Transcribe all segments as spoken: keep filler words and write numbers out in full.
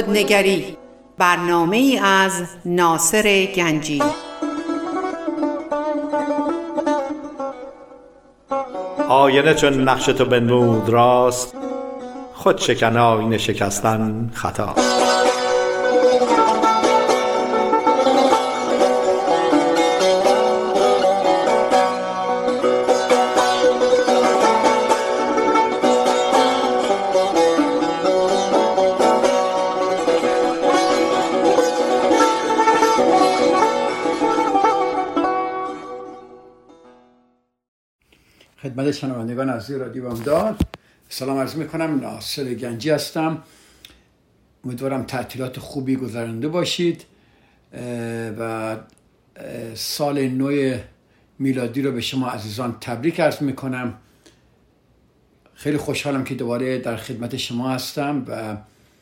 خودنگری، برنامه ای از ناصر گنجی. آینه چون نقش تو بنمود راست، خود شکن آینه شکستن خطاست. خدمت شنوندگان عزیز رادیو بامداد سلام عرض میکنم. ناصر گنجی هستم. امیدوارم تعطیلات خوبی گذرانده باشید و سال نو میلادی رو به شما عزیزان تبریک عرض میکنم. خیلی خوشحالم که دوباره در خدمت شما هستم و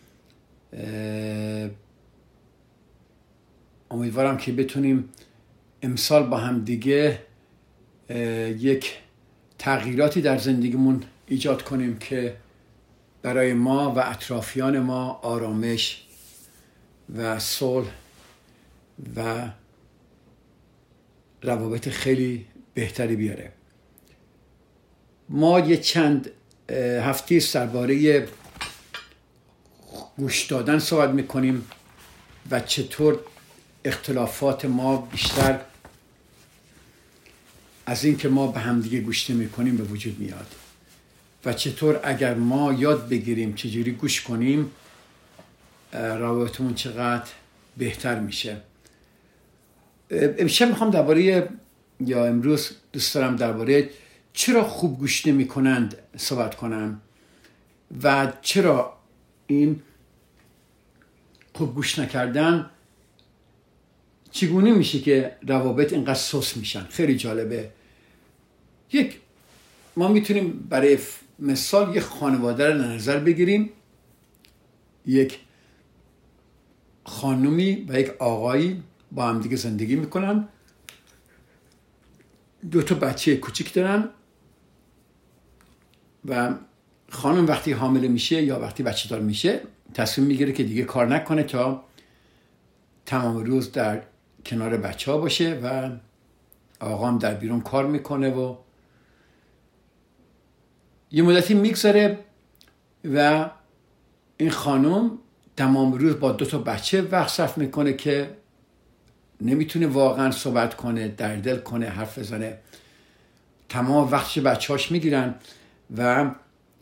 امیدوارم که بتونیم امسال با هم دیگه یک تغییراتی در زندگیمون ایجاد کنیم که برای ما و اطرافیان ما آرامش و صلح و روابط خیلی بهتری بیاره. ما یه چند هفته است درباره گوش دادن صحبت میکنیم و چطور اختلافات ما بیشتر از این که ما به همدیگه گوش نمی‌کنیم به وجود میاد و چطور اگر ما یاد بگیریم چجوری گوش کنیم روابطمون چقدر بهتر میشه. امشب میخوام درباره یا امروز دوست دارم درباره چرا خوب گوش نمی‌کنند صحبت کنم و چرا این خوب گوش نکردن چگونه میشه که روابط اینقدر سوس میشن. خیلی جالبه. یک ما میتونیم برای مثال یک خانواده رو نظر بگیریم. یک خانومی و یک آقایی با هم دیگه زندگی میکنن. دو تا بچه کوچیک دارن و خانم وقتی حامله میشه یا وقتی بچه دار میشه تصمیم میگیره که دیگه کار نکنه تا تمام روز در کنار بچه ها باشه و آقا هم در بیرون کار میکنه و یه مدتی میگذره و این خانم تمام روز با دو تا بچه وقت صرف میکنه که نمیتونه واقعا صحبت کنه، در دل کنه، حرف بزنه. تمام وقتش بچه هاش میگیرن و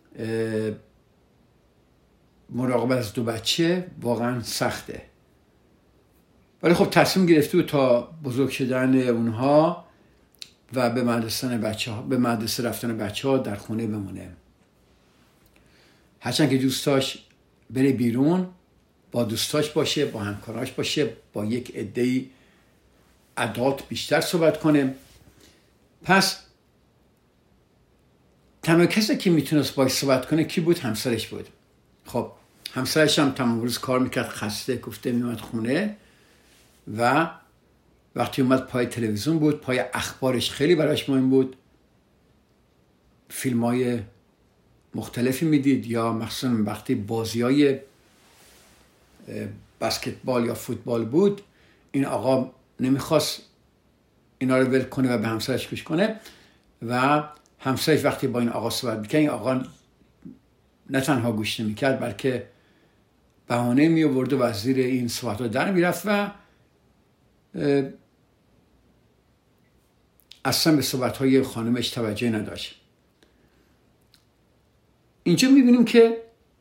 مراقبت از دو بچه واقعا سخته. ولی خب تصمیم گرفته تا بزرگ شدن اونها و به مدرسه بچه ها به مدرسه رفتن بچه ها در خونه بمونه. هرچند که دوستاش بره بیرون با دوستاش باشه، با همکاراش باشه، با یک عده‌ای ادالت بیشتر صحبت کنه. پس تنها کسی که میتونست باهاش صحبت کنه کی بود؟ همسرش بود. خب همسرش هم تمام روز کار میکرد، خسته گفته میومد خونه و وقتی اومد پای تلویزیون بود، پای اخبارش خیلی براش مهم بود. فیلم های مختلفی میدید یا مخصوصا وقتی بازی های بسکتبال یا فوتبال بود این آقا نمیخواست اینا رو ول کنه و به همسرش گوش کنه و همسرش وقتی با این آقا صحبت میکنه این آقا نه تنها گوش نمیکرد بلکه بهانه می آورد و از زیر این صحبت ها در میرفت و اصلا به صحبت‌های خانمش توجه نداشت. اینجا می‌بینیم که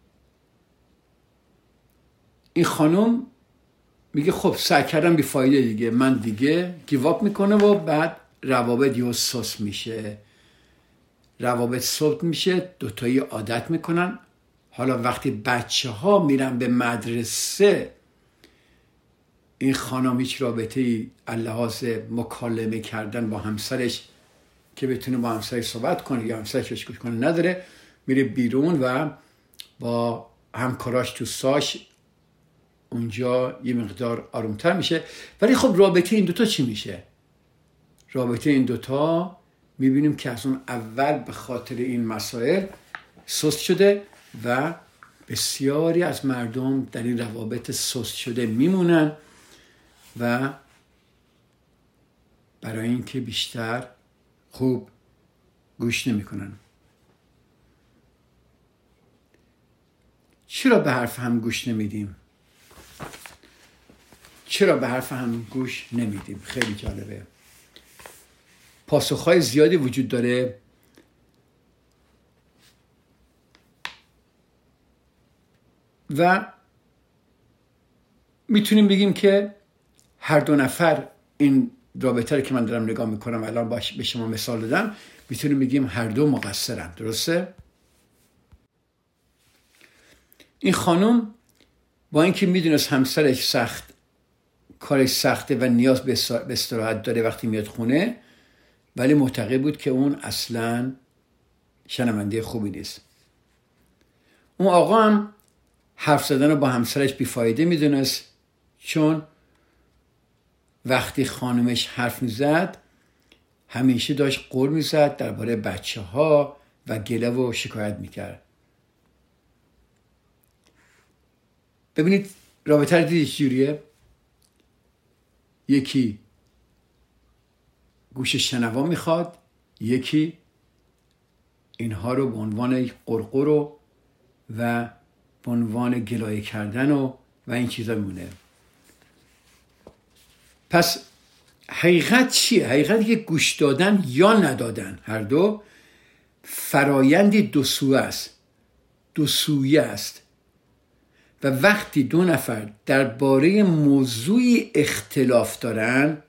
این خانم میگه خب سعی کردم بی فایده دیگه، من دیگه گیواب میکنه و بعد روابط یه سوس میشه. روابط سوس میشه، دوتایی عادت میکنن. حالا وقتی بچه ها میرن به مدرسه این خانم هیچ رابطه‌ای اللحاظ مکالمه کردن با همسرش که بتونه با همسرش صحبت کنه یا همسرش بهش گوش کنه نداره. میره بیرون و با همکاراش دوستاش اونجا یه مقدار آرومتر میشه. ولی خب رابطه این دوتا چی میشه؟ رابطه این دوتا میبینیم که از اون اول به خاطر این مسائل سست شده و بسیاری از مردم در این روابط سست شده میمونن و برای اینکه بیشتر خوب گوش نمیکنن. چرا به حرف هم گوش نمیدیم؟ چرا به حرف هم گوش نمیدیم؟ خیلی جالبه. پاسخهای زیادی وجود داره. و میتونیم بگیم که هر دو نفر این رابطه رو که من دارم نگاه میکنم الان باش به شما مثال دادم، میتونیم بگیم هر دو مقصرن. درسته؟ این خانم با اینکه میدونست همسرش سخت کارش سخته و نیاز به استراحت داره وقتی میاد خونه، ولی معتقد بود که اون اصلاً شنونده خوبی نیست. اون آقا هم حرف زدن رو با همسرش بیفایده میدونست، چون وقتی خانمش حرف میزد همیشه داشت غر میزد درباره بچه ها و گله و شکایت میکرد. ببینید رابطه رو دیدید چجوریه؟ یکی گوش شنوا میخواد، یکی اینها رو به عنوان قرقر و و به عنوان گلایه کردن و و این چیزا میمونه. پس حقیقت چیه؟ حقیقت که گوش دادن یا ندادن هر دو فرایندی دو سویه است دو سویه است و وقتی دو نفر درباره موضوعی اختلاف دارن،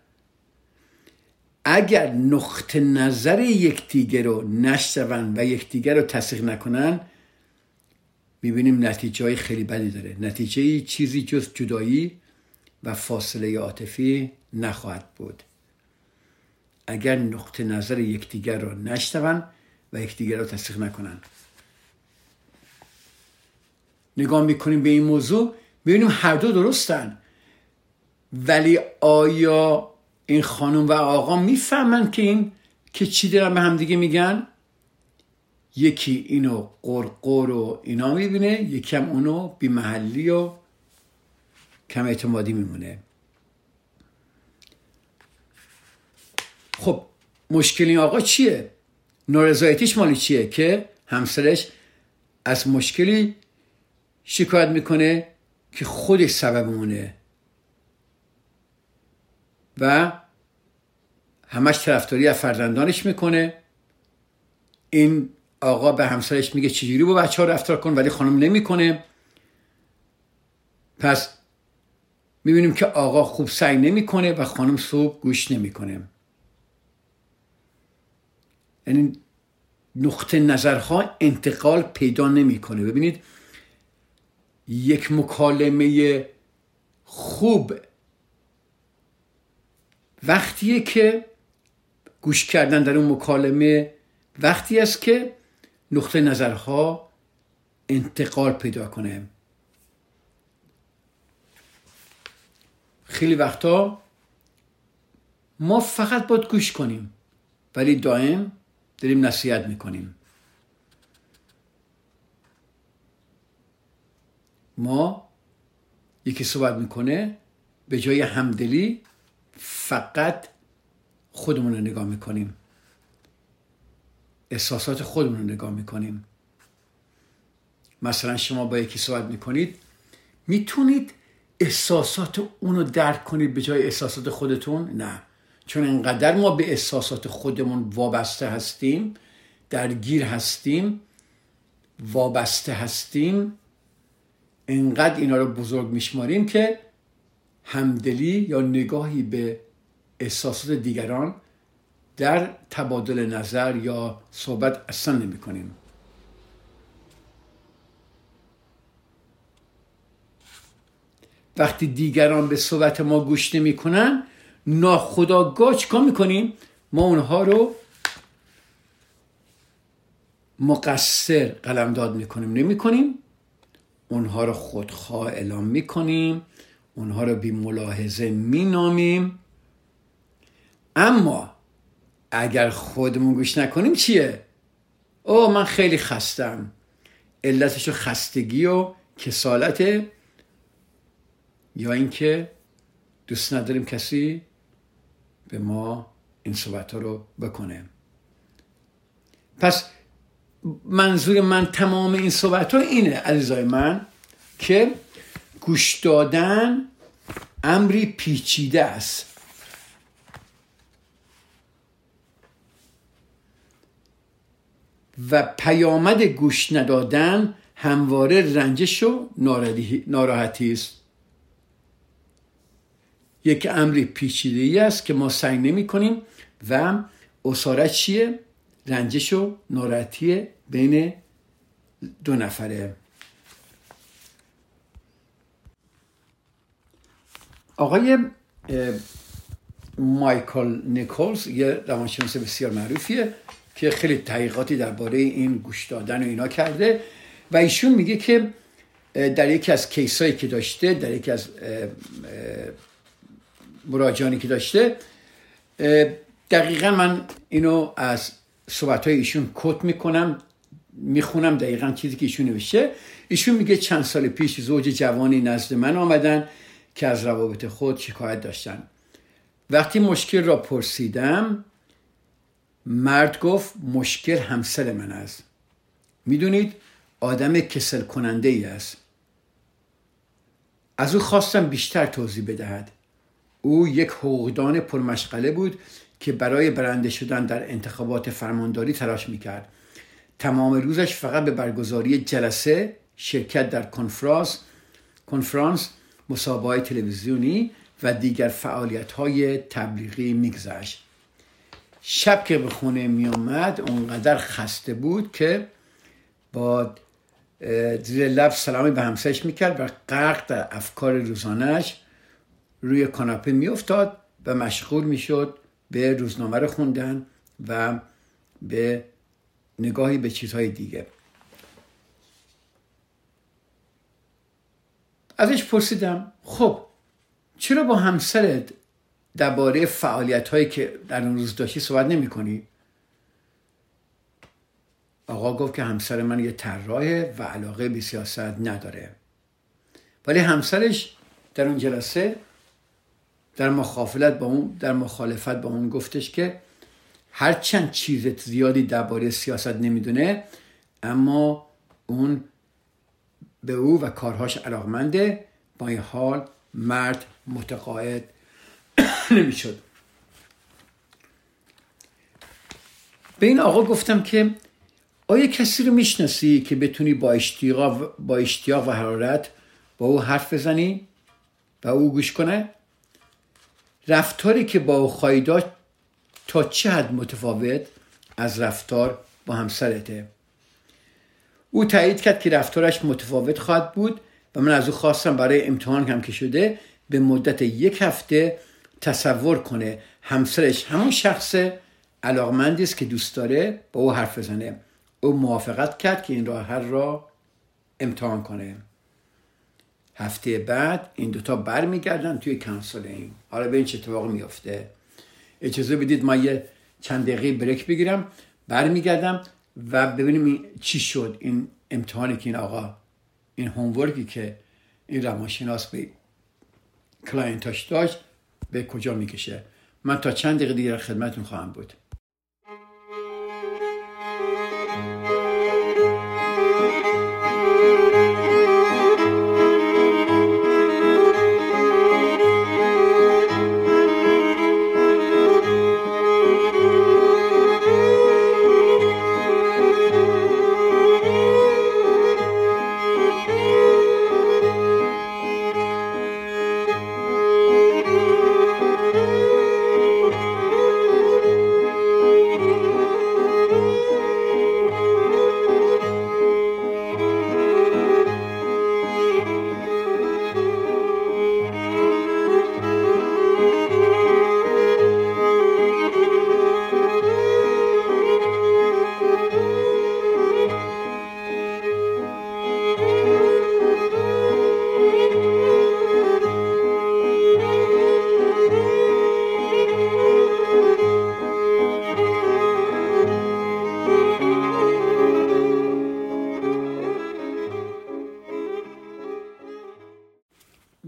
اگر نقطه نظر یکدیگر رو نشنون و یکدیگر رو تصدیق نکنن، میبینیم نتیجه های خیلی بدی داره. نتیجه چیزی جز جدایی و فاصله عاطفی نخواهد بود. اگر نقطه نظر یکدیگر رو نشنون و یکدیگر رو تصدیق نکنن. نگاه میکنیم به این موضوع، میبینیم هر دو درستن، ولی آیا این خانم و آقا میفهمن که این که چی دارن به هم دیگه میگن؟ یکی اینو قرقر و اینا میبینه، یکی هم اونو بی محلی و کم اعتمادی میمونه. خب مشکل این آقا چیه؟ نارضایتیش مالی چیه؟ که همسرش از مشکلی شکایت میکنه که خودش سبب مونه و همش طرفداری از فرزندانش میکنه. این آقا به همسرش میگه چجوری با بچه ها رفتار کن، ولی خانم نمیکنه. پس میبینیم که آقا خوب سعی نمیکنه و خانم خوب گوش نمیکنه. یعنی نقطه نظرها انتقال پیدا نمیکنه. ببینید یک مکالمه خوب وقتیه که گوش کردن در اون مکالمه وقتی است که نقطه نظرها انتقال پیدا کنه. خیلی وقتا ما فقط باید گوش کنیم ولی دائم داریم نصیحت میکنیم. ما یکی صحبت میکنه، به جای همدلی فقط خودمون رو نگاه میکنیم، احساسات خودمون رو نگاه میکنیم. مثلا شما با یکی صحبت میکنید، میتونید احساسات اونو درک کنید به جای احساسات خودتون؟ نه، چون انقدر ما به احساسات خودمون وابسته هستیم، درگیر هستیم، وابسته هستیم، انقدر اینا رو بزرگ میشماریم که همدلی یا نگاهی به احساسات دیگران در تبادل نظر یا صحبت اصلا نمی کنیم. وقتی دیگران به صحبت ما گوش نمی کنن، ناخودآگاه چیکار میکنیم؟ ما اونها رو مقصر قلمداد میکنیم نمی کنیم، اونها رو خودخواه اعلام میکنیم، اونها رو بی ملاحظه مینامیم. اما اگر خودمون گوش نکنیم چیه؟ اوه من خیلی خستم، علتش خستگی و کسالته یا اینکه دوست نداریم کسی به ما این صحبت ها رو بکنه. پس منظور من تمام این صحبت ها اینه عزیزای من که گوش دادن امری پیچیده است. و پیامد گوش ندادن همواره رنجش و ناراحتی است. یک امری پیچیده‌ای است که ما سعی نمی کنیم و اصارت چیه؟ رنجش و ناراحتی بین دو نفره. آقای مایکل نیکولز یه روانشناس بسیار معروفیه که خیلی تحقیقاتی درباره این گوش دادن و اینا کرده و ایشون میگه که در یکی از کیسایی که داشته، در یکی از مراجعانی که داشته، دقیقا من اینو از صحبت‌های ایشون کوت میکنم، میخونم دقیقا چیزی که ایشون نوشته. ایشون میگه چند سال پیش زوج جوانی نزد من آمدن که از روابط خود شکایت داشتن. وقتی مشکل را پرسیدم، مرد گفت مشکل همسر من است. میدونید آدم کسل کننده ای است. از او خواستم بیشتر توضیح بدهد. او یک حقوقدان پرمشغله بود که برای برنده شدن در انتخابات فرمانداری تلاش میکرد. تمام روزش فقط به برگزاری جلسه، شرکت در کنفرانس، کنفرانس، مسابقات تلویزیونی و دیگر فعالیت‌های تبلیغی میگذشت. شب که به خونه می اومد اونقدر خسته بود که با زیر لب سلامی به همسرش میکرد و غرق در افکار روزانه‌اش روی کاناپه می افتاد و مشغول میشد به روزنامه رو خوندن و به نگاهی به چیزهای دیگه. ازش پرسیدم خب چرا با همسرت درباره فعالیت‌هایی که در اون روز داشتی صحبت نمی‌کنی؟ آقا گفت که همسر من یه طراحه و علاقه به سیاست نداره. ولی همسرش در اون جلسه در مخالفت با اون در مخالفت با اون گفتش که هرچند چیز زیادی درباره سیاست نمیدونه اما اون به او و کارهاش علاقمنده. با این حال مرد متقاعد نمیشد. به این آقا گفتم که آیا کسی رو میشناسی که بتونی با اشتیاق با اشتیاق و حرارت با او حرف بزنی و او گوش کنه؟ رفتاری که با او خواهی داشت تا چه حد متفاوت از رفتار با همسرته؟ او تایید کرد که رفتارش متفاوت خواهد بود و من از او خواستم برای امتحان هم که شده به مدت یک هفته تصور کنه همسرش همون شخص علاقمندی است که دوست داره با او حرف بزنه. او موافقت کرد که این راه حل را امتحان کنه. هفته بعد این دوتا بر میگردن توی کانسلینگ. حالا به این چه اتفاقی میفته؟ اجازه بدید ما یه چند دقیقه بریک بگیرم، بر میگردم و ببینیم چی شد این امتحانی که این آقا، این هومورکی که این روانشناس به کلاینتاش داشت به کجا میکشه. من تا چند دقیقه دیگر خدمتتون خواهم بود.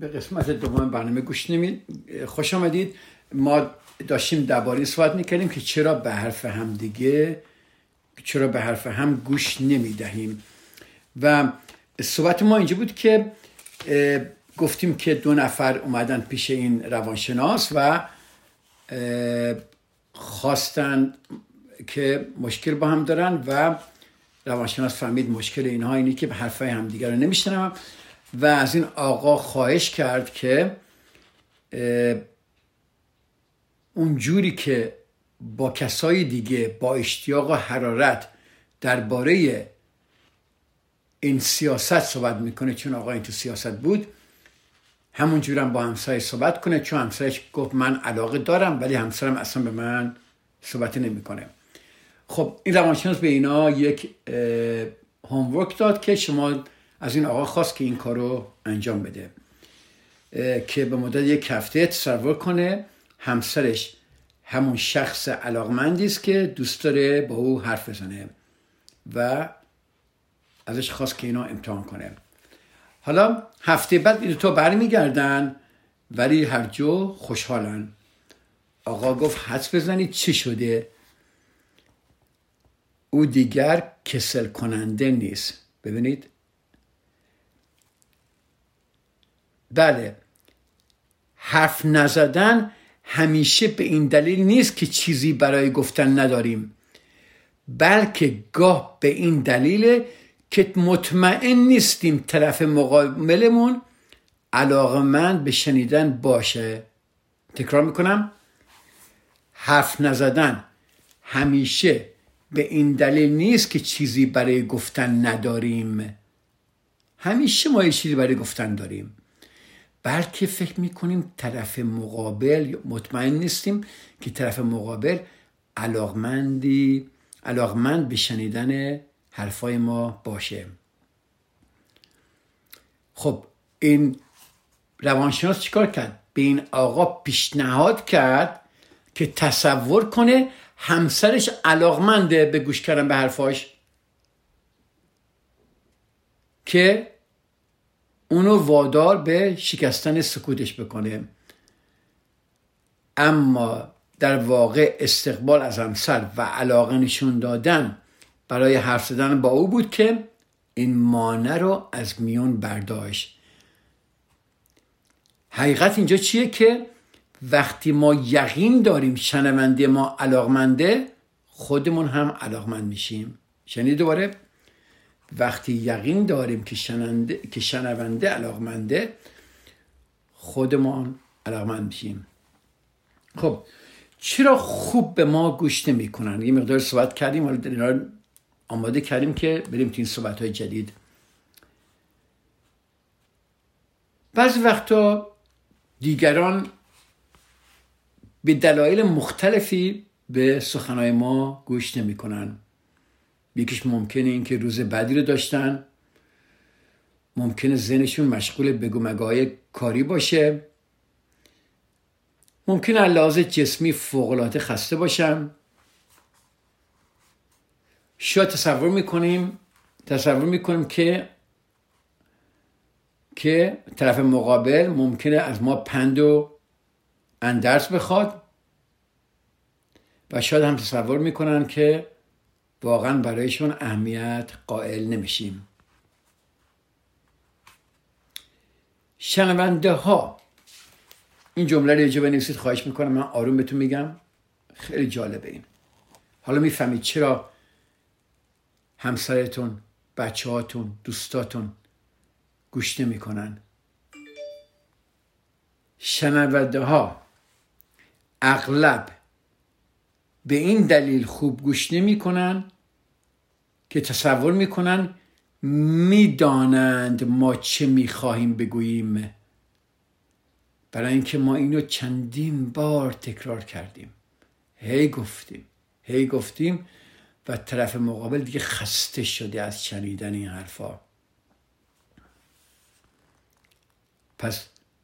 قسمت دوم برنامه گوش نمید. خوش آمدید. ما داشتیم درباره صحبت میکردیم که چرا به حرف هم دیگه چرا به حرف هم گوش نمیدهیم و صحبت ما اینجا بود که گفتیم که دو نفر اومدن پیش این روانشناس و خواستن که مشکل با هم دارن و روانشناس فهمید مشکل اینها اینه که به حرفای همدیگر رو نمیشنون و از این آقا خواهش کرد که اون جوری که با کسای دیگه با اشتیاق و حرارت درباره این سیاست صحبت میکنه، چون آقا این تو سیاست بود، همون جورم با همسایه صحبت کنه، چون همسایش گفت من علاقه دارم ولی همسرم اصلا به من صحبت نمیکنه. خب این روانشناس به اینا یک هومورک داد که شما از این آقا خواست که این کارو انجام بده، که به مدت یک هفته تصور کنه همسرش همون شخص علاقمندی است که دوست داره با او حرف بزنه و ازش خواست که اینا امتحان کنه. حالا هفته بعد این تو برمیگردن ولی هر جو خوشحالن. آقا گفت حدس بزنید چی شده؟ او دیگر کسل کننده نیست. ببینید، بله، حرف نزدن همیشه به این دلیل نیست که چیزی برای گفتن نداریم، بلکه گاه به این دلیله که مطمئن نیستیم طرف مقابلمون علاقمند به شنیدن باشه. تکرار میکنم، حرف نزدن همیشه به این دلیل نیست که چیزی برای گفتن نداریم، همیشه ما یه چیزی برای گفتن داریم، بلکه فکر میکنیم طرف مقابل، مطمئن نیستیم که طرف مقابل علاقمندی علاقمند به شنیدن حرفای ما باشه. خب این روانشناس چیکار کرد؟ به این آقا پیشنهاد کرد که تصور کنه همسرش علاقمنده به گوش کردن به حرفاش، که اونو وادار به شکستن سکوتش بکنه. اما در واقع استقبال از همسر و علاقه نشون دادن برای حرف زدن با او بود که این مانع رو از میون برداشت. حقیقت اینجا چیه؟ که وقتی ما یقین داریم شنونده ما علاقمنده، خودمون هم علاقمند میشیم. شنید دوباره؟ وقتی یقین داریم که شنونده که شنونده علاقمنده، خودمون علاقمند میشیم. خب چرا خوب به ما گوش نمیکنن؟ یه مقدار صحبت کردیم، حالا در اینا آماده کردیم که بریم تو این صحبت‌های جدید. بعضی وقتا دیگران به دلایل مختلفی به سخنهای ما گوش نمیکنن. یکیش ممکنه این که روز بدی رو داشتن، ممکنه ذهنشون مشغول بگو مگوهای کاری باشه، ممکنه لحاظ جسمی فوق‌العاده خسته باشن. شاید تصور میکنیم تصور میکنیم که که طرف مقابل ممکنه از ما پند و اندرس بخواد و شاید هم تصور میکنن که واقعا برایشون اهمیت قائل نمیشیم. شنونده ها، این جمله رو یه جا بنویسید، خواهش میکنم، من آروم بهتون میگم، خیلی جالبه این. حالا میفهمید چرا همسرتون، بچه هاتون، دوستاتون گوش نمی کنن. شنونده ها اغلب به این دلیل خوب گوش نمی کنن که تصور می کنن می دانند ما چه می خواهیم بگوییم، برای اینکه ما اینو چندین بار تکرار کردیم، هی گفتیم هی گفتیم و طرف مقابل دیگه خسته شده از شنیدن این حرفا. پس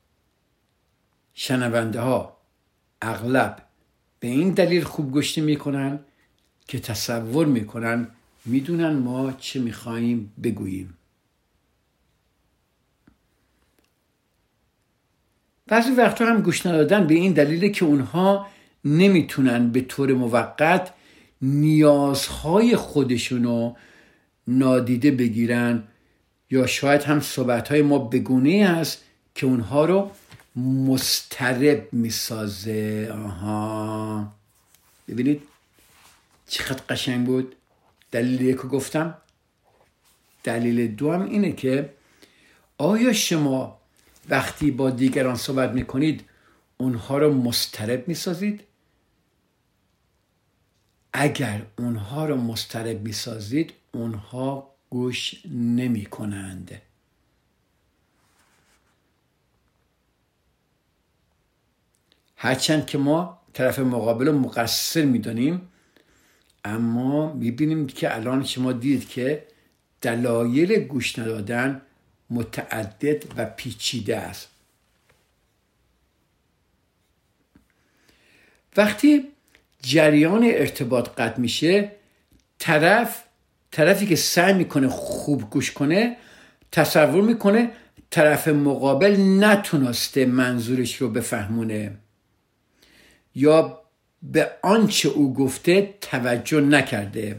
شنونده ها اغلب به این دلیل خوب گوش میکنن که تصور میکنن میدونن ما چه میخواییم بگوییم. بعضی وقتا هم گوش ندادن به این دلیله که اونها نمیتونن به طور موقت نیازهای خودشونو نادیده بگیرن، یا شاید هم صحبتهای ما بگونه هست که اونها رو مضطرب میسازه. آها، ببینید چقدر قشنگ بود. دلیل یک رو گفتم. دلیل دو هم اینه که آیا شما وقتی با دیگران صحبت میکنید اونها رو مضطرب میسازید؟ اگر اونها رو مضطرب میسازید اونها گوش نمی کنند. هرچند که ما طرف مقابل رو مقصر میدونیم، اما میبینیم که الان شما دیدید که دلایل گوش ندادن متعدد و پیچیده است. وقتی جریان ارتباط قطع میشه، طرف طرفی که سعی میکنه خوب گوش کنه تصور میکنه طرف مقابل نتونسته منظورش رو بفهمونه یا به آنچه او گفته توجه نکرده.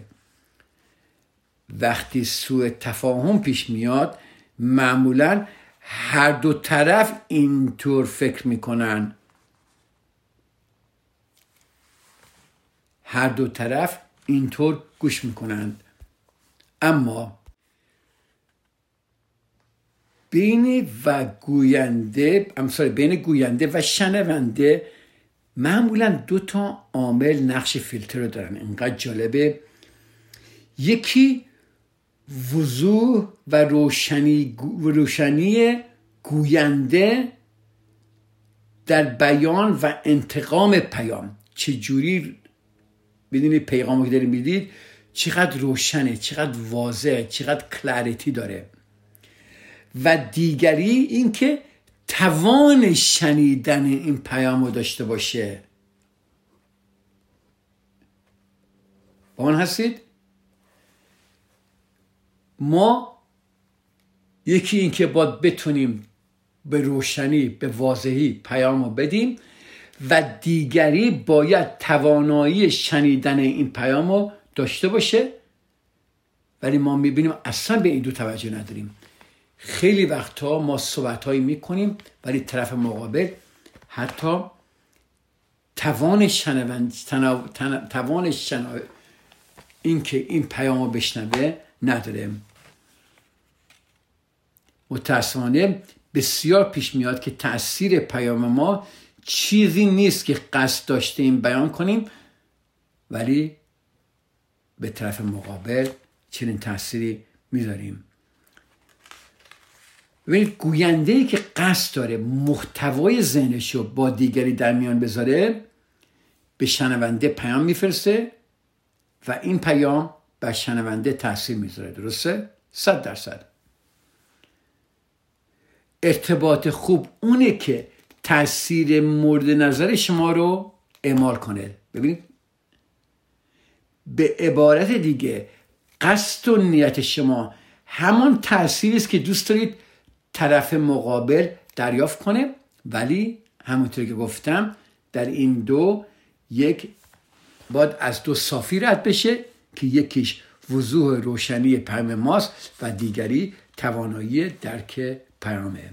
وقتی سوء تفاهم پیش میاد معمولا هر دو طرف اینطور فکر میکنن. هر دو طرف اینطور گوش میکنند. اما بین و گوینده امثال بین گوینده و شنونده معمولا دو تا عامل نقش فیلتر رو دارن. اینقدر جالبه. یکی وضوح و روشنی روشنی گوینده در بیان و انتقام پیام. چجوری بدونید پیغامی که دارید میدید چقدر روشنه، چقدر واضحه، چقدر کلاریتی داره. و دیگری این که توان شنیدن این پیام رو داشته باشه. با من هستید؟ ما یکی این که باید بتونیم به روشنی، به واضحی پیام رو بدیم و دیگری باید توانایی شنیدن این پیام رو داشته باشه، ولی ما میبینیم اصلا به این دو توجه نداریم. خیلی وقتا ما صحبتهایی میکنیم ولی طرف مقابل حتی توان شنوند توان شنو این که این پیام رو بشنوه نداره. متاسفانه بسیار پیش میاد که تأثیر پیام ما چیزی نیست که قصد داشتیم بیان کنیم ولی به طرف مقابل چنین تأثیری میذاریم. ببینید گوینده‌ای که قصد داره محتوای ذهنش رو با دیگری در میان بذاره به شنونده پیام میفرسته و این پیام بر شنونده تأثیر میذاره. درسته؟ صد درصد. ارتباط خوب اونه که تأثیر مورد نظر شما رو اعمال کنه. ببینید به عبارت دیگه قصد و نیت شما همان تأثیری است که دوست دارید طرف مقابل دریافت کنه، ولی همونطور که گفتم در این دو یک باید از دو صافی رد بشه که یکیش وضوح روشنی پیام ماست و دیگری توانایی درک پیامه.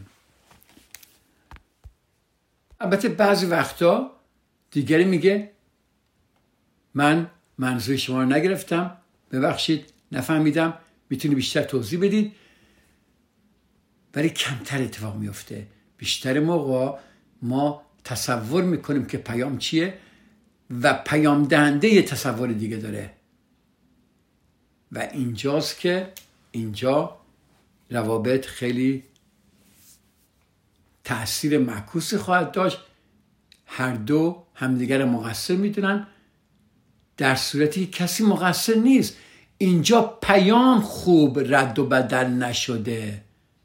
البته بعضی وقتا دیگری میگه من منظور شما رو نگرفتم، ببخشید نفهمیدم، میتونی بیشتر توضیح بدید. ولی کمتر اتفاق میفته. بیشتر موقع ما تصور میکنیم که پیام چیه و پیام دهنده یه تصور دیگه داره و اینجاست که اینجا روابط خیلی تأثیر معکوسی خواهد داشت. هر دو همدیگر مقصر میدونن در صورتی کسی مقصر نیست. اینجا پیام خوب رد و بدل نشده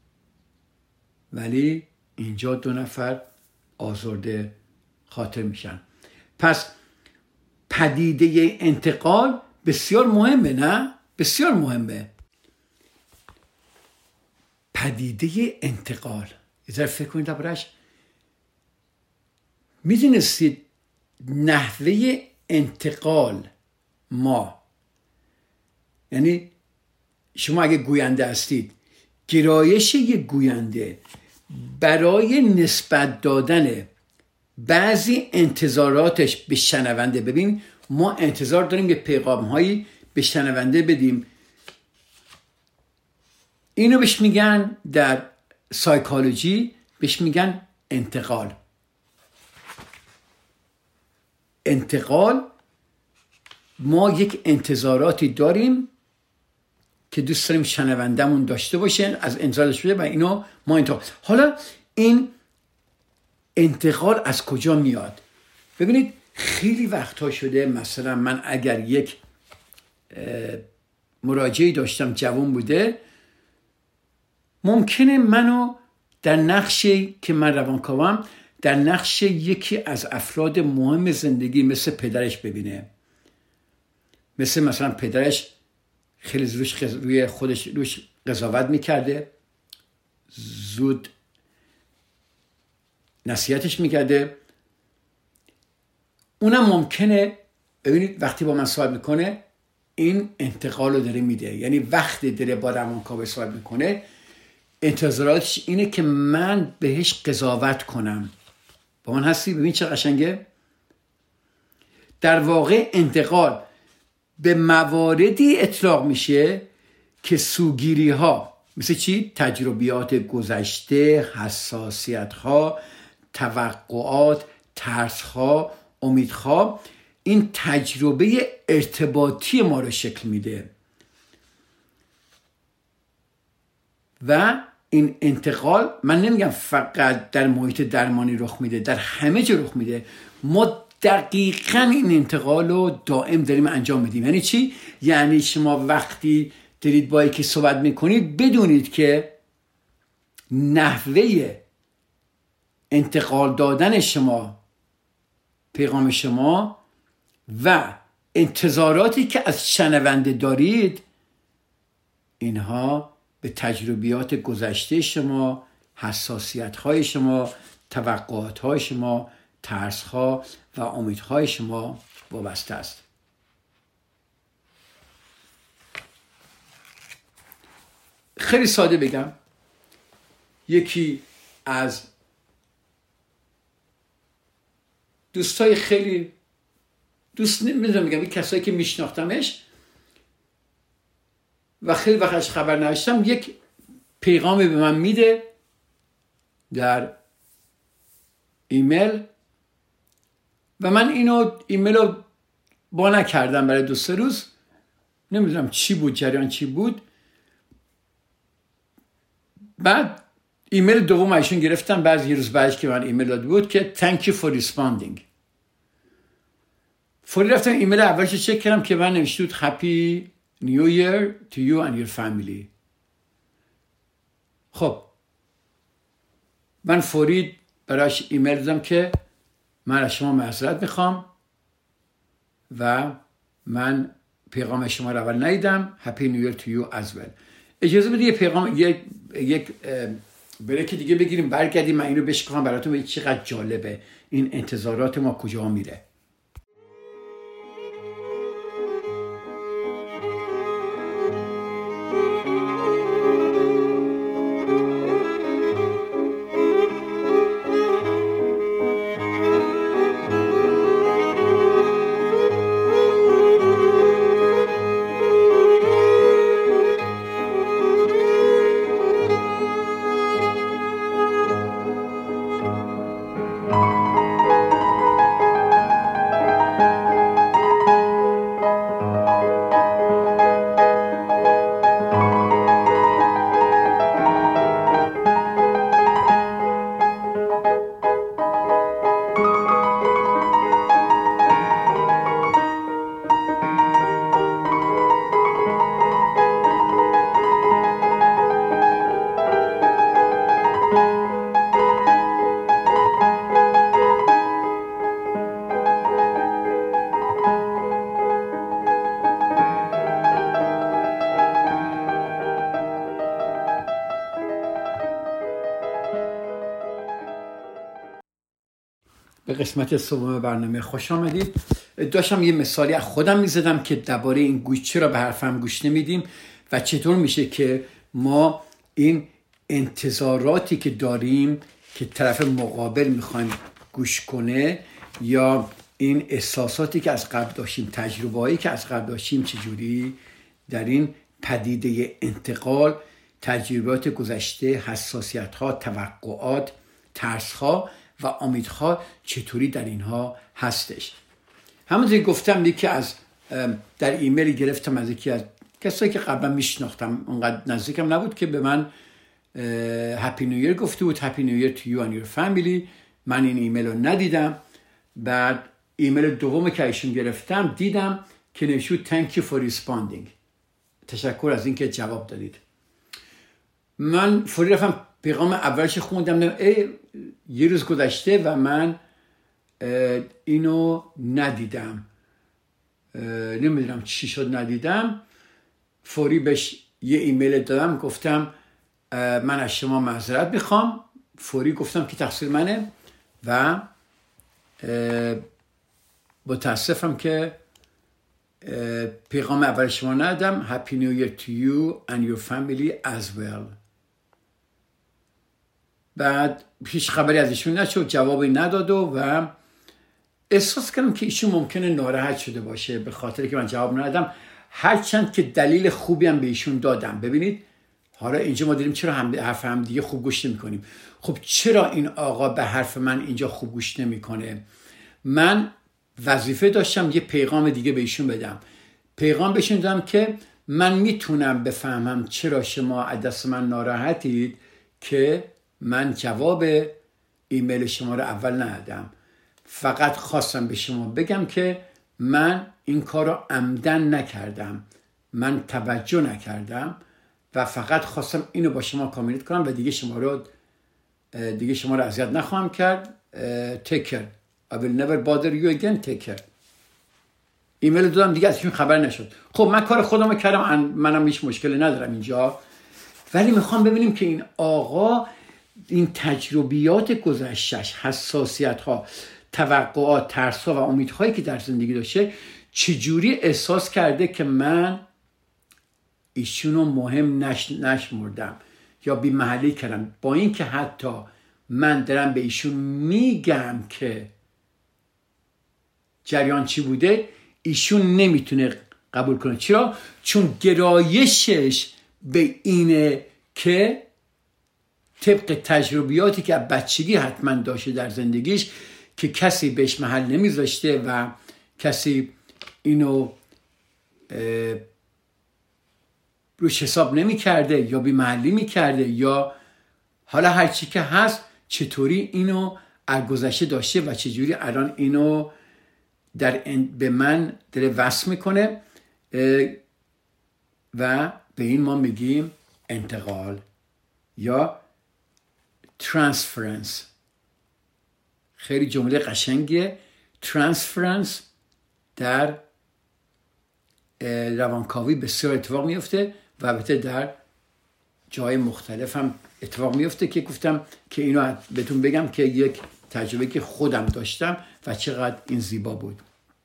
ولی اینجا دو نفر آزرده خاطر میشن. پس پدیده انتقال بسیار مهمه، نه؟ بسیار مهمه. پدیده انتقال یه ذره فکر کنید دربارش. میدونستید نحوه انتقال ما، یعنی شما اگه گوینده هستید، گرایش یک گوینده برای نسبت دادن بعضی انتظاراتش به شنونده، ببین ما انتظار داریم یه پیغام هایی به شنونده بدیم، اینو بهش میگن در سایکولوژی بهش میگن انتقال. انتقال ما یک انتظاراتی داریم که دوست داریم شنوندمون داشته باشه، از انتظارش بده و اینو ما انتقال. حالا این انتقال از کجا میاد؟ ببینید خیلی وقتها شده مثلا من اگر یک مراجعی داشتم جوان بوده، ممکنه منو در نقشی که من روانکاوم در نقش یکی از افراد مهم زندگی مثل پدرش ببینه، مثل مثلا پدرش خیلی روش روی خودش روش قضاوت میکرده، زود نصیحتش میکرده. اونم ممکنه ببینید وقتی با من صحبت میکنه این انتقال رو داره میده، یعنی وقتی داره با روانکاو صحبت میکنه انتظاراتش اینه که من بهش قضاوت کنم. با من هستی؟ ببین چه قشنگه. در واقع انتقال به مواردی اطلاق میشه که سوگیری ها مثل چی؟ تجربیات گذشته، حساسیت ها، توقعات، ترس ها، امیدها، این تجربه ارتباطی ما رو شکل میده و این انتقال من نمیگم فقط در محیط درمانی رخ میده، در همه جا رخ میده. ما دقیقاً این انتقال رو دائم داریم انجام میدیم. یعنی چی؟ یعنی شما وقتی دارید با یکی صحبت میکنید بدونید که نحوه انتقال دادن شما، پیغام شما و انتظاراتی که از شنونده دارید، اینها به تجربیات گذشته شما، حساسیت‌های شما، توقعات‌های شما، ترس‌ها و امیدهای شما وابسته است. خیلی ساده بگم، یکی از دوستای خیلی دوست نمیدونم میگم این کسایی که میشناختمش و خیلی وقت ازش خبر نداشتم، یک پیغامی به من میده در ایمیل و من اینو ایمیل رو با نکردم برای دو سه روز، نمیدونم چی بود، جریان چی بود. بعد ایمیل دوم ایشون گرفتم بعد یه روز بعدش که من ایمیل داده بود که thank you for responding. فوری رفتم ایمیل اولش چک کردم که من نوشته بود happy new year to you and your family. خب من فوری براش ایمیل دادم که من از شما معذرت میخوام و من پیغام شما رو اول ندیدم. happy new year to you as well. اجازه بدید یه پیغام یک یک بریک دیگه بگیریم، برگردیم من اینو بشکافم براتون ببینید چقدر جالبه این انتظارات ما کجا میره. قسمت سوم برنامه خوش آمدید. داشتم یه مثالی از خودم میزدم که درباره این گوش چرا به حرفم گوش نمیدیم و چطور میشه که ما این انتظاراتی که داریم که طرف مقابل میخوایم گوش کنه یا این احساساتی که از قبل داشتیم، تجربه‌ای که از قبل داشتیم، چجوری در این پدیده انتقال تجربیات گذشته، حساسیت‌ها، توقعات، ترس‌ها و امیدها چطوری در اینها هستش. همونطور که گفتم یکی از در ایمیل گرفتم از یکی از کسایی که قبلا میشناختم، اونقدر نزدیکم نبود که به من هپی نیو ایر گفته بود، هپی نیو ایر تو یو اند یور فامیلی. من این ایمیل رو ندیدم. بعد ایمیل دومی که ایشون گرفتم دیدم که نوشته thank you for responding، تشکر از اینکه جواب دادید. من فوری رفتم پیغام اولش خوندم، ای یه روز گذشته و من اینو ندیدم، نمیدونم چی شد ندیدم. فوری بهش یه ایمیل دادم، گفتم من از شما معذرت میخوام. فوری گفتم که تقصیر منه و متاسفم که پیغام اول شما ندادم. Happy New Year to you and your family as well. بعد هیچ خبری از ایشون نشد، جوابی نداد و احساس کردم که ایشون ممکنه ناراحت شده باشه به خاطر که من جواب ندادم، هرچند که دلیل خوبی هم به ایشون دادم. ببینید حالا اینجا ما دیدیم چرا هم حرف هم دیگه خوب گوش نمی‌کنیم. خب چرا این آقا به حرف من اینجا خوب گوش نمی‌کنه؟ من وظیفه داشتم یه پیغام دیگه به ایشون بدم. پیغام بهشون دادم که من میتونم بفهمم چرا شما از دست من ناراحتید که من جواب ایمیل شما رو اول ندادم. فقط خواستم به شما بگم که من این کار رو عمدن نکردم، من توجه نکردم و فقط خواستم اینو با شما کامیونیت کنم و دیگه شما رو دیگه شما رو اذیت نخواهم کرد. take care. I will never bother you again. take care. ایمیل دادم دیگه ازشون خبر نشد. خب من کار خودم کردم، منم هیچ مشکلی ندارم اینجا، ولی میخوام ببینیم که این آقا این تجربیات گذشته‌اش، حساسیت‌ها، توقعات، ترس‌ها و امیدهایی که در زندگی داشته چجوری احساس کرده که من ایشونو مهم نش نشمردم یا بی محلی کردم، با این که حتی من دارم به ایشون میگم که جریان چی بوده، ایشون نمیتونه قبول کنه. چرا؟ چون گرایشش به اینه که طبق تجربیاتی که بچگی حتما داشته در زندگیش که کسی بهش محل نمیذاشته و کسی اینو روش حساب نمی کرده یا بی محلی می کرده یا حالا هرچی که هست، چطوری اینو از گذشته داشته و چجوری الان اینو در به من داره وصل میکنه و به این ما میگیم انتقال یا ترانسفرنس. خیلی جمله قشنگیه. ترانسفرنس در روانکاوی بسیار اتفاق میفته و البته در جای مختلف هم اتفاق میفته که گفتم که اینو بهتون بگم که یک تجربه که خودم داشتم و چقدر این زیبا بود.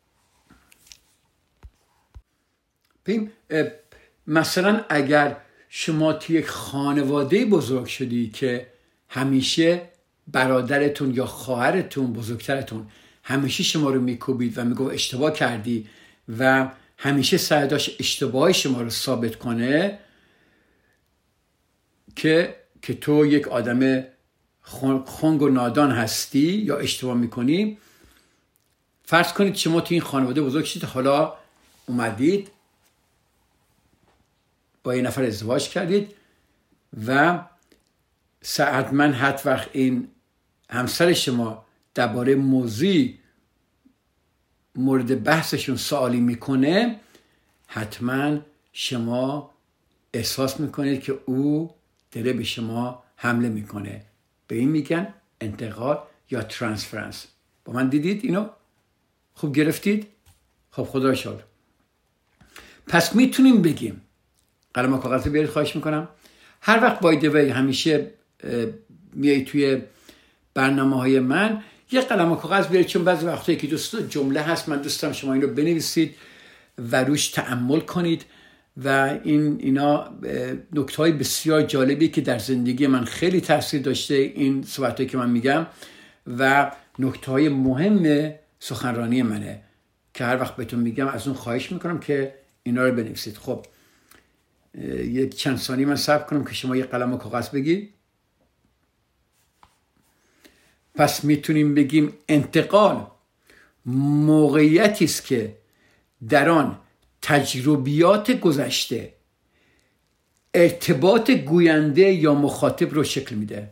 ببین مثلا اگر شما توی یک خانواده بزرگ شدی که همیشه برادرتون یا خواهرتون بزرگترتون همیشه شما رو میکوبید و میگفت اشتباه کردی و همیشه سعی داشت اشتباه شما رو ثابت کنه که که تو یک آدم خنگ و نادان هستی یا اشتباه میکنی. فرض کنید شما تو این خانواده بزرگ شدید، حالا اومدید با یه نفر ازدواج کردید و حتما هر وقت این همسر شما درباره موضوعی مورد بحثشون سوالی میکنه، حتما شما احساس میکنید که او داره به شما حمله میکنه. به این میگن انتقال یا ترانسفرنس. با من دیدید اینو؟ خوب گرفتید؟ خب خدا را شکر. پس میتونیم بگیم، قلم و کاغذ بیارید خواهش میکنم. هر وقت بای دی وی همیشه میای توی برنامه های من یه قلم و کاغذ بیارید، چون بعضی وقتا که دوست جمله هست من دوستم شما این رو بنویسید و روش تأمل کنید و این اینا نکته‌های بسیار جالبی که در زندگی من خیلی تاثیر داشته این صحبتایی که من میگم و نکته‌های مهم سخنرانی منه که هر وقت بهتون میگم از اون خواهش میکنم که اینا رو بنویسید. خب یک چند ثانیه من صبر کنم که شما یه قلم و کاغذ بگید. پس میتونیم بگیم انتقال موقعیتی است که در آن تجربیات گذشته ارتباط گوینده یا مخاطب رو شکل میده.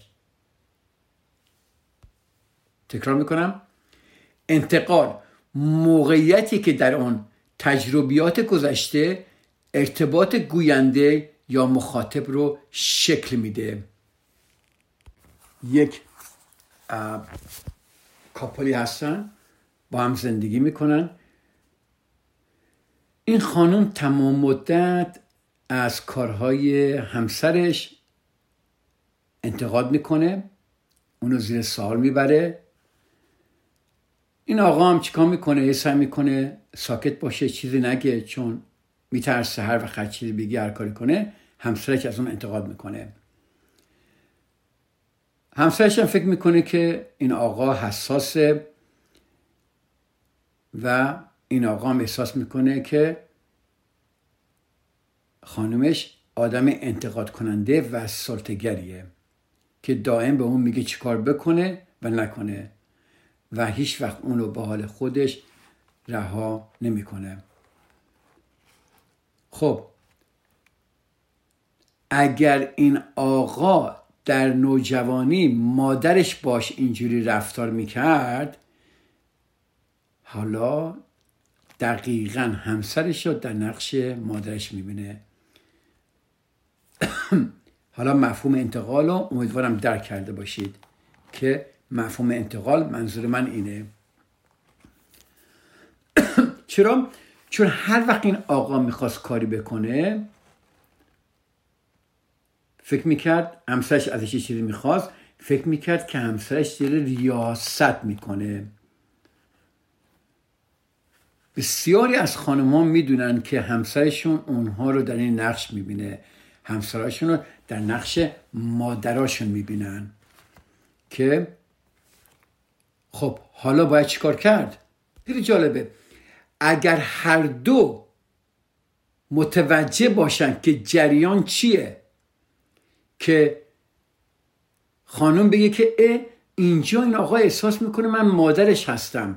تکرار میکنم، انتقال موقعیتی که در آن تجربیات گذشته ارتباط گوینده یا مخاطب رو شکل میده. یک کاپلی هستن با هم زندگی میکنن. این خانم تمام مدت از کارهای همسرش انتقاد میکنه، اونو زیر سوال میبره. این آقا هم چیکار میکنه؟ سعی میکنه ساکت باشه، چیزی نگه، چون میترسه هر وقت هر چیزی بگی هر کاری کنه همسرش از اون انتقاد میکنه. همسرش هم فکر میکنه که این آقا حساسه و این آقا هم احساس میکنه که خانومش آدم انتقاد کننده و سلطه‌گریه که دائم به اون میگه چی کار بکنه و نکنه و هیچ وقت اونو به حال خودش رها نمیکنه. خب اگر این آقا در نوجوانی مادرش باش اینجوری رفتار میکرد، حالا دقیقاً همسرش رو در نقش مادرش میبینه. حالا مفهوم انتقال رو امیدوارم درک کرده باشید که مفهوم انتقال منظور من اینه. چرا؟ چون هر وقت این آقا میخواست کاری بکنه فکر میکرد همسرش ازش چیزی میخواست، فکر میکرد که همسرش داره ریاست میکنه. بسیاری از خانم‌ها میدونن که همسرشون اونها رو در این نقش میبینه، همسرشون رو در نقش مادراشون میبینن که خب حالا باید چیکار کرد؟ خیلی جالبه. اگر هر دو متوجه باشن که جریان چیه، که خانم بگه که اه اینجا این آقا احساس میکنه من مادرش هستم،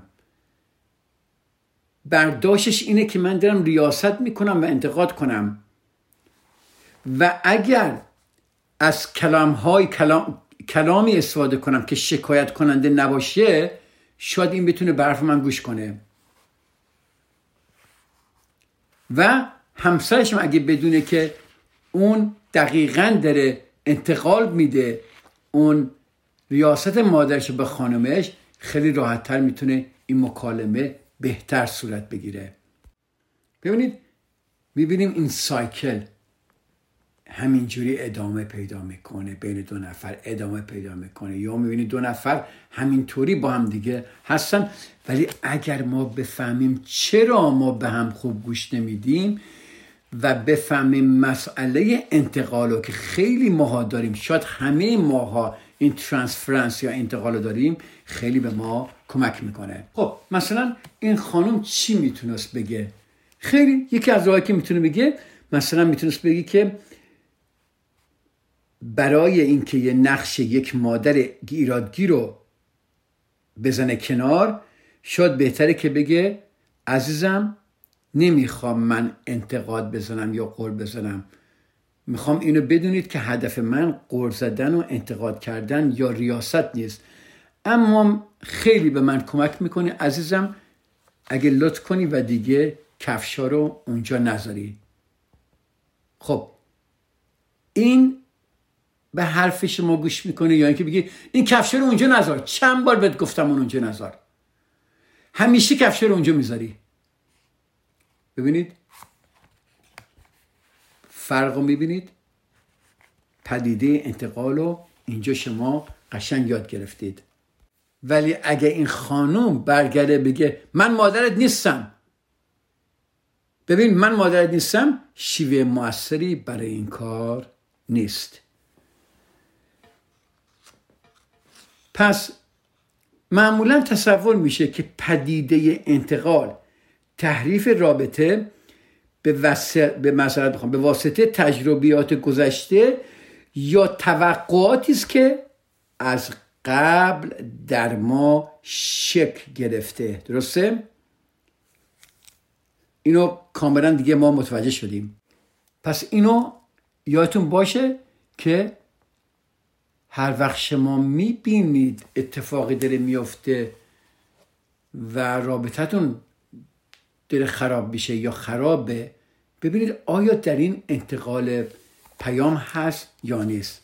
برداشتش اینه که من دارم ریاست میکنم و انتقاد کنم، و اگر از کلامهای کلام کلامی استفاده کنم که شکایت کننده نباشه، شاید این بتونه به حرف من گوش کنه. و همسرش هم اگه بدونه که اون دقیقاً داره انتقال میده اون ریاست مادرش به خانمش، خیلی راحت‌تر میتونه این مکالمه بهتر صورت بگیره. ببینید میبینیم این سایکل همینجوری ادامه پیدا میکنه، بین دو نفر ادامه پیدا میکنه، یا میبینید دو نفر همینطوری با هم دیگه هستن. ولی اگر ما بفهمیم چرا ما به هم خوب گوش نمیدیم و بفهمیم مسئله انتقالو که خیلی ماها داریم، شاید همه ماها این ترانسفرنس یا انتقالو داریم، خیلی به ما کمک میکنه. خب مثلا این خانم چی میتونست بگه؟ خیلی یکی از راهایی که میتونه بگه، مثلا میتونست بگه که برای اینکه یه نقش یک مادر ایرادگیر رو بزنه کنار، شاید بهتره که بگه عزیزم نمیخوام من انتقاد بزنم یا قول بزنم، میخوام اینو بدونید که هدف من قول زدن و انتقاد کردن یا ریاست نیست، اما خیلی به من کمک میکنه عزیزم اگه لطف کنی و دیگه کفشا رو اونجا نذاری. خب این به حرف شما گوش میکنه، یا اینکه بگی این کفشا رو اونجا نذار، چند بار بهت گفتم اون اونجا نذار، همیشه کفشا رو اونجا میذاری. ببینید فرق رو میبینید؟ پدیده انتقال رو اینجا شما قشنگ یاد گرفتید. ولی اگه این خانوم برگرده بگه من مادرت نیستم، ببین من مادرت نیستم، شیوه موثری برای این کار نیست. پس معمولا تصور میشه که پدیده انتقال، تحریف رابطه به واسطه به مثلا بخوام به واسطه تجربیات گذشته یا توقعاتی است که از قبل در ما شکل گرفته. درسته؟ اینو کاملا دیگه ما متوجه شدیم. پس اینو یادتون باشه که هر وقت شما میبینید اتفاقی داره میفته و رابطتون داره خراب میشه یا خرابه، ببینید آیا در این انتقال پیام هست یا نیست.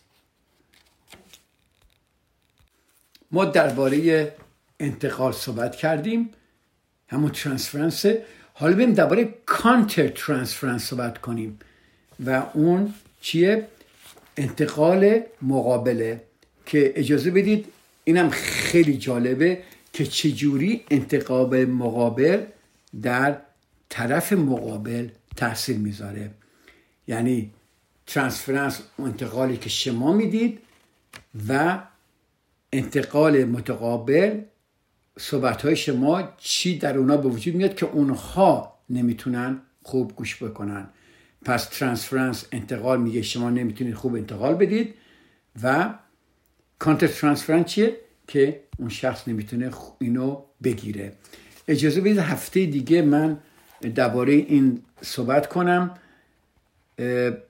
ما درباره انتقال صحبت کردیم، همون ترانسفرنس. حالا بریم درباره کانتر ترانسفرنس صحبت کنیم و اون چیه؟ انتقال مقابله، که اجازه بدید اینم خیلی جالبه که چجوری انتقال مقابل در طرف مقابل تاثیر میذاره. یعنی ترانسفرنس انتقالی که شما میدید و انتقال متقابل، صحبت‌های شما چی در اونا به وجود میاد که اونها نمیتونن خوب گوش بکنن. پس ترانسفرنس انتقال میگه شما نمیتونید خوب انتقال بدید و کانتر ترانسفرنس چیه؟ که اون شخص نمیتونه اینو بگیره. اجازه بدید هفته دیگه من درباره این صحبت کنم اه اه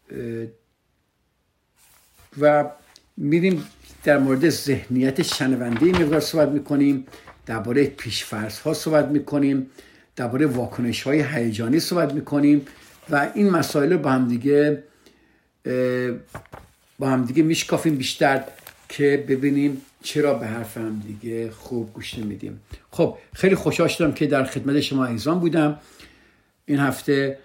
و میریم در مورد ذهنیت شنونده مقدار صحبت میکنیم، درباره پیش‌فرض ها صحبت میکنیم، درباره واکنش های هیجانی صحبت میکنیم و این مسائل رو با هم دیگه با هم دیگه میشکافیم بیشتر که ببینیم چرا به حرف هم دیگه خوب گوش نمیدیم. خب خیلی خوشحال شدم که در خدمت شما عزیزان بودم. این هفته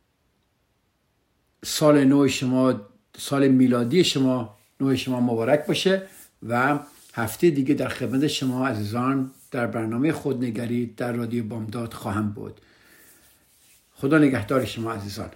سال نو شما، سال میلادی شما، نو شما مبارک باشه و هفته دیگه در خدمت شما عزیزان در برنامه خودنگری در رادیو بامداد خواهم بود. خدا نگهدار شما عزیزان.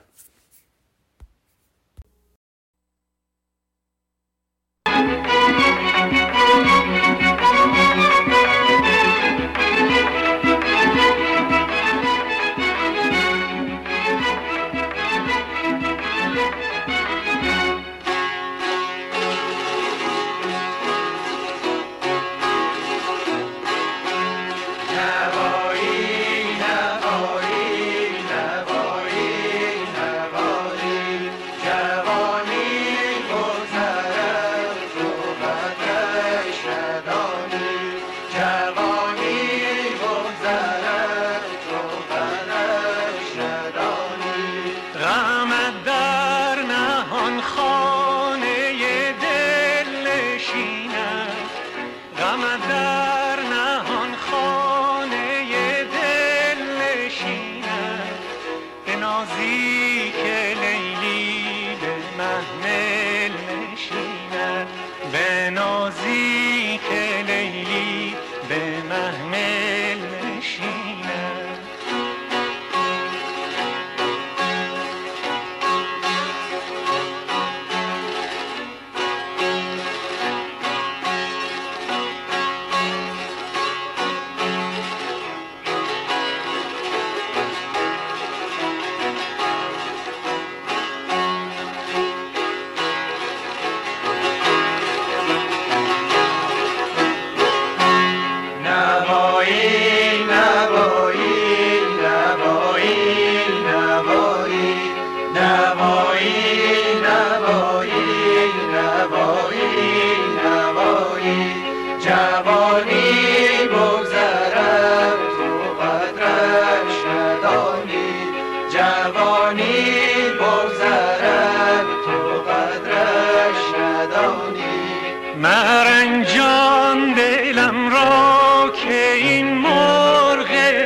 مرنجان دلم را که این مرغ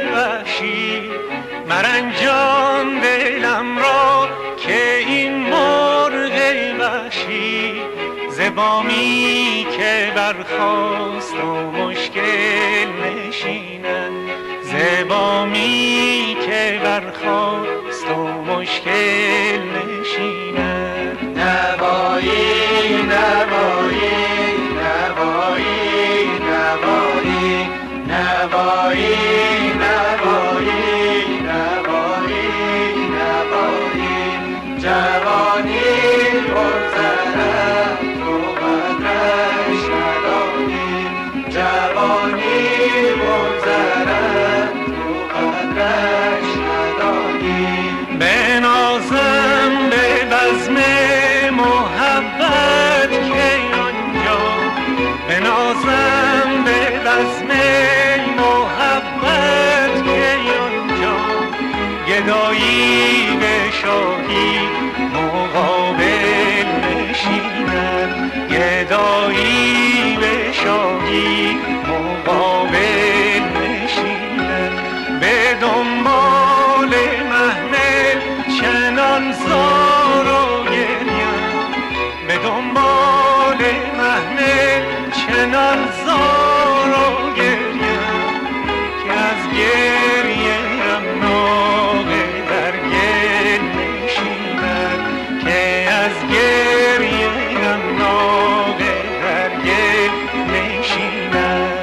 وحشی، مرنجان دلم را که این مرغ وحشی، زبامی که برخاست و مشکل نشیند، ز بامی که برخاست و مشکل نشیند. نوایی نوایی نوایی نوایی نوایی نوایی نوایی نوایی جوانی بگذرد تو قدرش ندانی، جوانی بگذرد تو قدرش ندانی. بنازم به بزم محبت که آنجا، بنازم به بزم محبت که آنجا، گدایی به شاهی مقابل نشیند، گدایی به شاهی مقابل نشیند. به دنبال محمل چنان زار و گریم، به دنبال محمل چنان زار و گریم، که از گریه هم ناقه در گل نشیند، که از گریه هم ناقه در گل نشیند.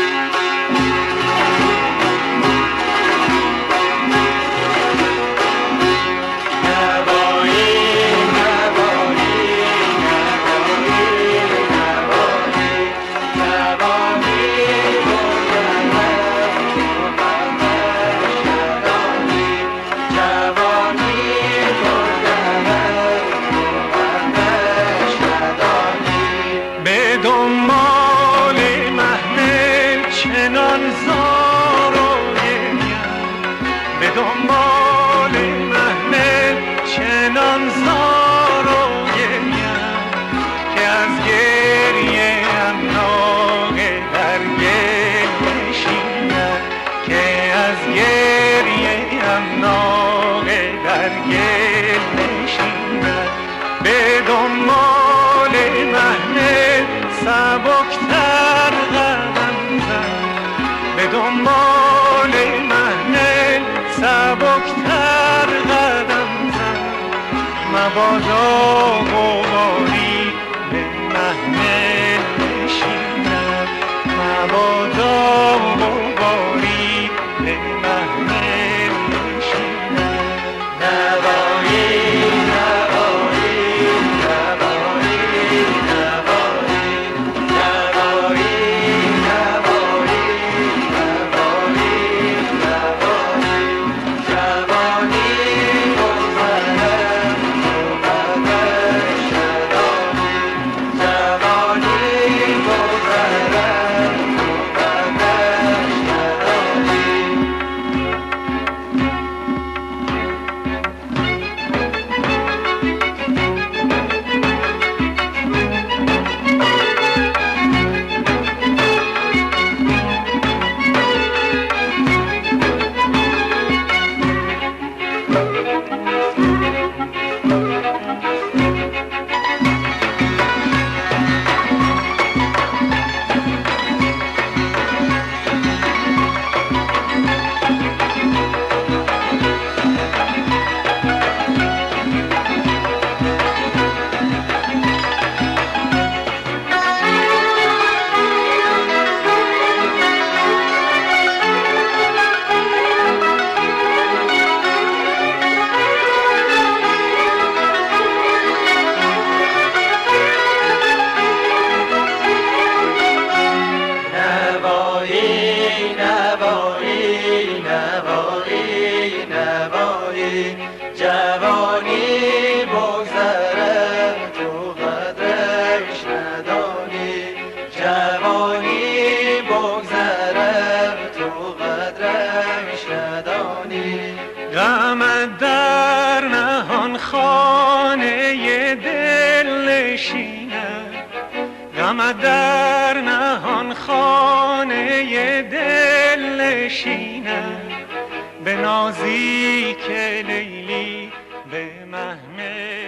سبکتر قدم زن، به دنبال محمل سبکتر قدم زن، مبادا غباری به محمل نشیند، مبادا غباری به محمل نشیند. نوایی نوایی نوایی غمت در نهان خانه دل نشیند، به نازی که لیلی به محمل